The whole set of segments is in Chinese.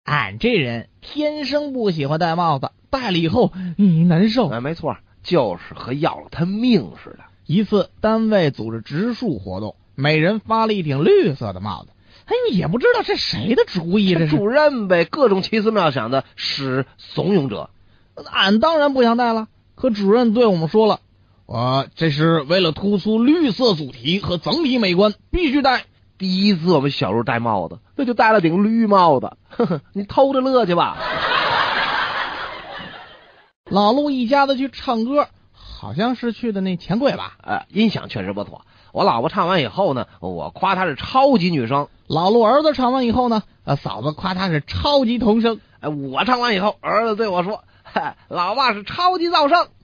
俺这人天生不喜欢戴帽子，戴了以后难受。 没错，就是和要了他命似的。 一次单位组织植树活动，每人发了一顶绿色的帽子。也不知道这谁的主意，这是主任呗，各种奇思妙想的使怂恿者。 俺当然不想戴了，可主任对我们说了，这是为了突出绿色主题和整体美观，必须戴。 第一次我们小鹿戴帽子，那就戴了顶绿帽子，呵呵，你偷着乐去吧。 老陆一家子去唱歌，好像是去的那钱柜吧？ 音响确实不错。我老婆唱完以后呢，我夸她是超级女声。 老陆儿子唱完以后呢，嫂子夸他是超级童声。 我唱完以后，儿子对我说：“老爸是超级噪声。”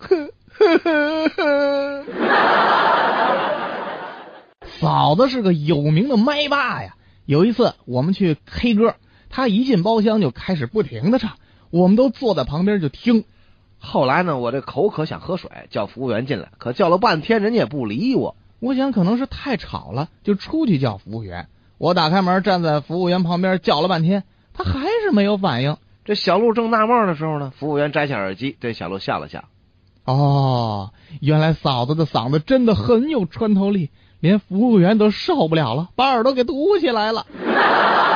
嫂子是个有名的麦霸呀。有一次我们去 K 歌，他一进包厢就开始不停的唱，我们都坐在旁边就听。 后来呢，我这口渴想喝水，叫服务员进来，可叫了半天人家也不理我。 我想可能是太吵了，就出去叫服务员。我打开门站在服务员旁边叫了半天，他还是没有反应。 这小鹿正纳闷的时候呢，服务员摘下耳机对小鹿笑了笑。 原来嫂子的嗓子真的很有穿透力，连服务员都受不了了，把耳朵给堵起来了。